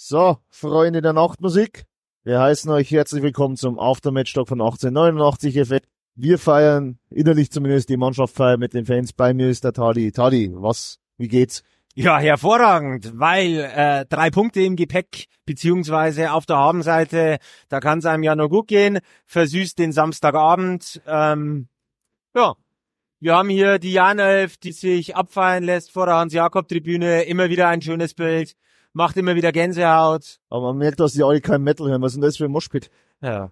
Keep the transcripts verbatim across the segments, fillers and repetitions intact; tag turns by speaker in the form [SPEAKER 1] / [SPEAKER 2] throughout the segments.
[SPEAKER 1] So, Freunde der Nachtmusik, wir heißen euch herzlich willkommen zum Aftermatch-Talk von achtzehnhundertneunundachtzig F M. Wir feiern, innerlich zumindest, die Mannschaft feiern mit den Fans. Bei mir ist der Tadi. Tadi, was, wie geht's?
[SPEAKER 2] Ja, hervorragend, weil äh, drei Punkte im Gepäck, beziehungsweise auf der Habenseite, da kann es einem ja nur gut gehen, versüßt den Samstagabend. Ähm, ja, wir haben hier die Janelf, die sich abfeiern lässt vor der Hans-Jakob-Tribüne, immer wieder ein schönes Bild, macht immer wieder Gänsehaut.
[SPEAKER 1] Aber man merkt, dass die alle kein Metal hören. Was ist denn das für ein Moshpit?
[SPEAKER 2] Ja.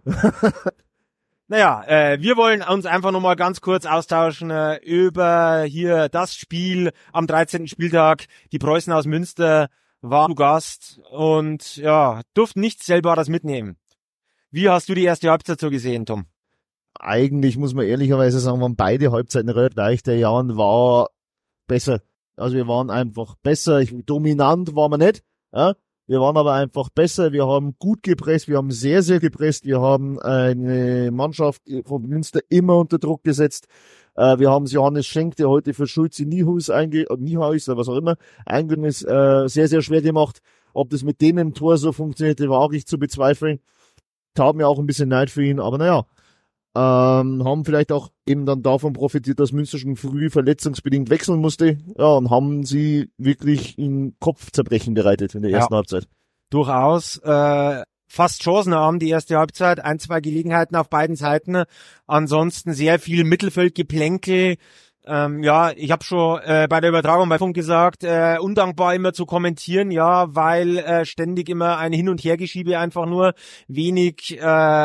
[SPEAKER 2] Naja, äh, wir wollen uns einfach nochmal ganz kurz austauschen äh, über hier das Spiel am dreizehnten Spieltag. Die Preußen aus Münster waren zu Gast und ja, durften nichts Zählbares mitnehmen. Wie hast du die erste Halbzeit so gesehen, Tom?
[SPEAKER 1] Eigentlich muss man ehrlicherweise sagen, waren beide Halbzeiten relativ gleich. Der Jan war besser. Also wir waren einfach besser. Ich, dominant waren wir nicht. Ja? Wir waren aber einfach besser. Wir haben gut gepresst. Wir haben sehr, sehr gepresst. Wir haben eine Mannschaft von Münster immer unter Druck gesetzt. Äh, wir haben Johannes Schenk, der heute für Schulze Niehaus einge, äh, Niehaus oder was auch immer, eingegangen ist, äh, sehr, sehr schwer gemacht. Ob das mit dem im Tor so funktionierte, wage ich zu bezweifeln. Tat mir auch ein bisschen Neid für ihn, aber naja. Ähm, haben vielleicht auch eben dann davon profitiert, dass Münster schon früh verletzungsbedingt wechseln musste. Ja, und haben sie wirklich in Kopfzerbrechen bereitet in der ersten ja. Halbzeit.
[SPEAKER 2] Durchaus. Äh, fast Chancen haben die erste Halbzeit. Ein, zwei Gelegenheiten auf beiden Seiten. Ansonsten sehr viel Mittelfeldgeplänkel. Ähm, ja, ich habe schon äh, bei der Übertragung bei Funk gesagt, äh, undankbar immer zu kommentieren, ja, weil äh, ständig immer ein Hin- und Hergeschiebe einfach nur, wenig äh,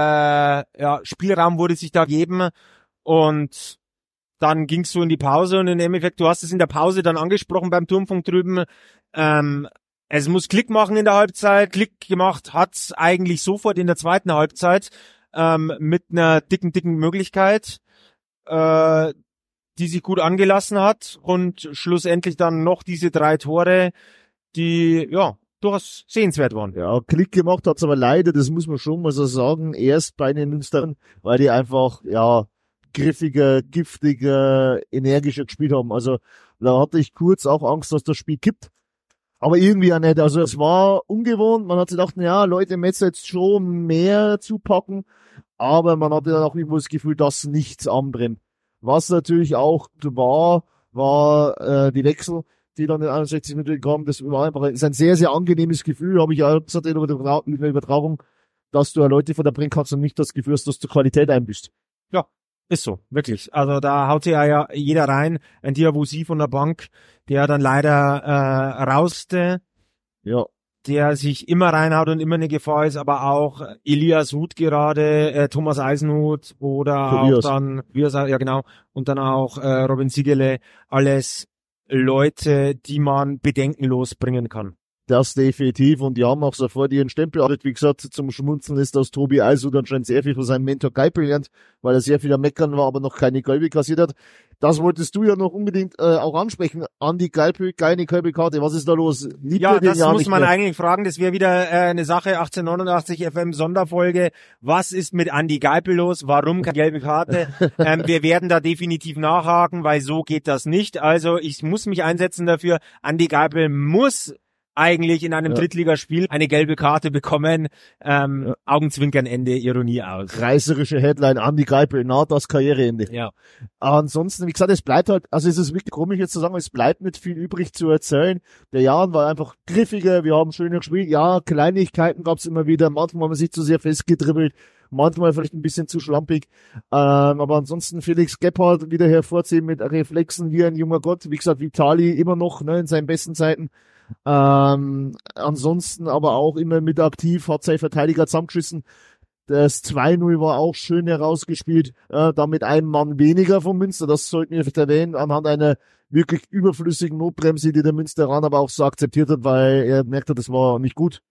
[SPEAKER 2] ja, Spielraum wurde sich da gegeben und dann ging's so in die Pause und im Endeffekt, du hast es in der Pause dann angesprochen beim Turmfunk drüben, ähm, es muss Klick machen in der Halbzeit, Klick gemacht hat's eigentlich sofort in der zweiten Halbzeit ähm, mit einer dicken, dicken Möglichkeit, äh, die sich gut angelassen hat und schlussendlich dann noch diese drei Tore, die, ja, durchaus sehenswert waren.
[SPEAKER 1] Ja, Klick gemacht hat's aber leider, das muss man schon mal so sagen, erst bei den Münstern, weil die einfach, ja, griffiger, giftiger, energischer gespielt haben. Also, da hatte ich kurz auch Angst, dass das Spiel kippt. Aber irgendwie auch nicht. Also, es war ungewohnt. Man hat sich gedacht, ja, Leute, Metzer jetzt schon mehr zupacken. Aber man hatte dann auch irgendwo das Gefühl, dass nichts anbrennt. Was natürlich auch war, war äh, die Wechsel, die dann in einundsechzig Minuten kamen. Das war einfach ist ein sehr, sehr angenehmes Gefühl, habe ich auch gesagt in der Übertragung, dass du ja Leute von der bringen kannst und nicht das Gefühl hast, dass du Qualität einbüßt.
[SPEAKER 2] Ja, ist so, wirklich. Also da haut sich ja jeder rein. Ein Diabusi von der Bank, der dann leider äh, rauste.
[SPEAKER 1] Ja.
[SPEAKER 2] Der sich immer reinhaut und immer eine Gefahr ist, aber auch Elias Huth gerade, äh, Thomas Eisenhuth oder Tobias. Auch dann, wie er sagt, ja genau, und dann auch äh, Robin Siegele, alles Leute, die man bedenkenlos bringen kann.
[SPEAKER 1] Das definitiv und die haben auch sofort ihren Stempel. Wie gesagt, zum Schmunzeln ist, dass Tobi Eisenhuth anscheinend sehr viel von seinem Mentor Geipel lernt, weil er sehr viel am Meckern war, aber noch keine Gelbe kassiert hat. Das wolltest du ja noch unbedingt äh, auch ansprechen. Andi Geipel, keine gelbe Karte. Was ist da los?
[SPEAKER 2] Liebt ja, das muss man mehr? Eigentlich fragen. Das wäre wieder äh, eine Sache, achtzehnhundertneunundachtzig F M Sonderfolge. Was ist mit Andi Geipel los? Warum keine gelbe Karte? ähm, wir werden da definitiv nachhaken, weil so geht das nicht. Also ich muss mich einsetzen dafür. Andi Geipel muss eigentlich in einem ja. Drittligaspiel eine gelbe Karte bekommen. Ähm, ja. Augenzwinkern, Ende, Ironie aus.
[SPEAKER 1] Reißerische Headline, Andi Geipel, na das Karriereende.
[SPEAKER 2] Ja.
[SPEAKER 1] Ansonsten, wie gesagt, es bleibt halt, also es ist wirklich komisch jetzt zu sagen, es bleibt nicht viel übrig zu erzählen. Der Jan war einfach griffiger, wir haben schöner gespielt. Ja, Kleinigkeiten gab's immer wieder, manchmal haben wir sich zu sehr festgedribbelt, manchmal vielleicht ein bisschen zu schlampig. Ähm, aber ansonsten Felix Gebhardt wieder hervorziehen mit Reflexen wie ein junger Gott. Wie gesagt, Vitali immer noch ne, in seinen besten Zeiten. Ähm, ansonsten aber auch immer mit aktiv, hat sein Verteidiger zusammengeschissen. Das zwei null war auch schön herausgespielt, äh, da mit einem Mann weniger von Münster, das sollten wir vielleicht erwähnen, anhand einer wirklich überflüssigen Notbremse, die der Münsteraner aber auch so akzeptiert hat, weil er merkt hat, das war nicht gut.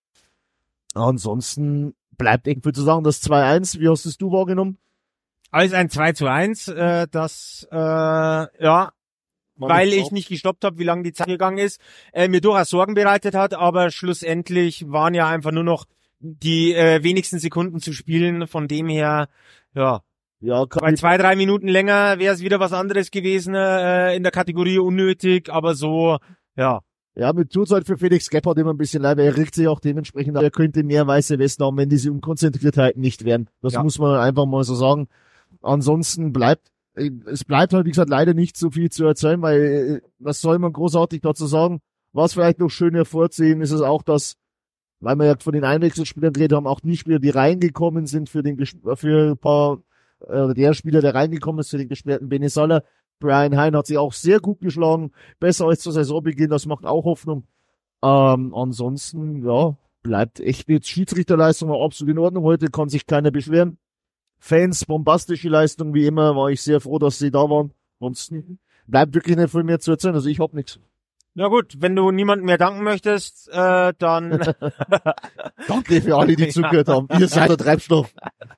[SPEAKER 1] Ansonsten bleibt irgendwie zu sagen, das zwei eins, wie hast es du wahrgenommen?
[SPEAKER 2] Alles ein zwei zu eins, äh, das, äh, ja, weil ich nicht gestoppt habe, wie lange die Zeit gegangen ist, äh, mir durchaus Sorgen bereitet hat, aber schlussendlich waren ja einfach nur noch die äh, wenigsten Sekunden zu spielen, von dem her, ja, ja bei zwei, drei Minuten länger wäre es wieder was anderes gewesen, äh, in der Kategorie unnötig, aber so, ja.
[SPEAKER 1] Ja, mir tut's halt für Felix Gebhardt immer ein bisschen leid, weil er regt sich auch dementsprechend, er könnte mehr weiße Westen haben, wenn diese Unkonzentriertheiten nicht wären. Das ja. muss man einfach mal so sagen. Ansonsten bleibt, es bleibt halt, wie gesagt, leider nicht so viel zu erzählen, weil, was soll man großartig dazu sagen? Was vielleicht noch schön hervorzuheben, ist es auch, dass, weil wir ja von den Einwechselspielern geredet haben, auch die Spieler, die reingekommen sind für den, für ein paar, äh, der Spieler, der reingekommen ist für den gesperrten Benisala, Brian Hein hat sich auch sehr gut geschlagen, besser als zur Saisonbeginn, das macht auch Hoffnung. Ähm, ansonsten, ja, bleibt echt jetzt Schiedsrichterleistung war absolut in Ordnung. Heute kann sich keiner beschweren. Fans, bombastische Leistung, wie immer, war ich sehr froh, dass sie da waren. Ansonsten bleibt wirklich nicht viel mehr zu erzählen, also ich hab nichts.
[SPEAKER 2] Na gut, wenn du niemandem mehr danken möchtest, äh, dann...
[SPEAKER 1] Danke für alle, die zugehört haben. Ihr seid der Treibstoff.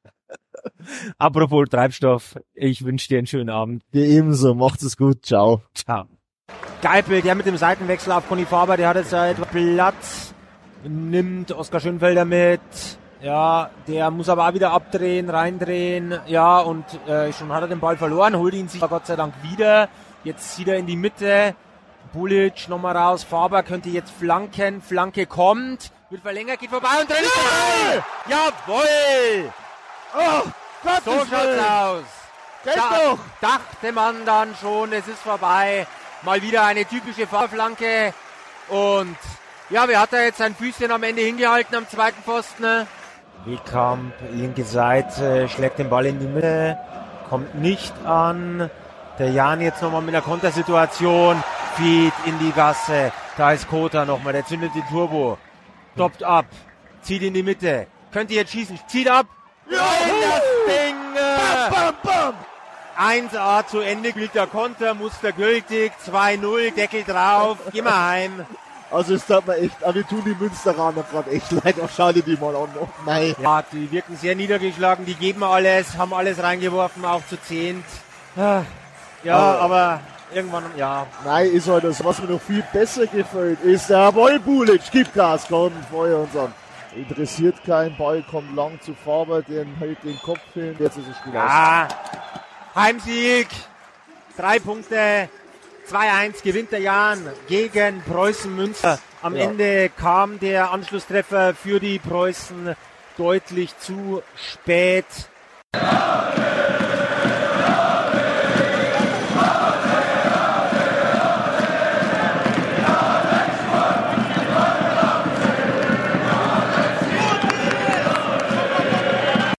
[SPEAKER 2] Apropos Treibstoff, ich wünsche dir einen schönen Abend.
[SPEAKER 1] Dir ebenso, macht's es gut, ciao.
[SPEAKER 2] Ciao. Geipel, der mit dem Seitenwechsel auf Conny Faber, der hat jetzt halt Platz, nimmt Oskar Schönfelder mit, ja, der muss aber auch wieder abdrehen, reindrehen, ja, und äh, schon hat er den Ball verloren, holt ihn sich Gott sei Dank wieder, jetzt zieht er in die Mitte, Bulic nochmal raus, Faber könnte jetzt flanken, Flanke kommt, wird verlängert, geht vorbei und drin ist der Ball! Jawohl!
[SPEAKER 1] Oh, Gott,
[SPEAKER 2] so schaut's aus.
[SPEAKER 1] Geht
[SPEAKER 2] da
[SPEAKER 1] doch.
[SPEAKER 2] Dachte man dann schon, es ist vorbei. Mal wieder eine typische Fahrflanke. Und ja, wer hat da jetzt sein Füßchen am Ende hingehalten am zweiten Pfosten? Wiekamp, linke Seite, schlägt den Ball in die Mitte, kommt nicht an. Der Jan jetzt nochmal mit einer Kontersituation, Feed in die Gasse. Da ist Kota nochmal, der zündet die Turbo. Stoppt ab, zieht in die Mitte. Könnt ihr jetzt schießen, zieht ab. Ja, das Ding! Bam, bam, bam. eins a zu Ende, gilt der Konter, mustergültig, zwei null, Deckel drauf, geh mal heim.
[SPEAKER 1] Also es tut mir echt, aber wir tun die Münsteraner gerade echt leid, auch schau dir die mal an. Oh nein.
[SPEAKER 2] Ja, die wirken sehr niedergeschlagen, die geben alles, haben alles reingeworfen, auch zu zehnt. Ja, aber, aber irgendwann, ja.
[SPEAKER 1] Nein, ist halt das, was mir noch viel besser gefällt, ist der Bulic, gib Gas, komm, Feuer und so. Interessiert kein Ball, kommt lang zu Faber, den hält den Kopf hin, jetzt ist das Spiel
[SPEAKER 2] ja. aus. Heimsieg, drei Punkte, zwei eins gewinnt der Jan gegen Preußen Münster. Am ja. Ende kam der Anschlusstreffer für die Preußen deutlich zu spät.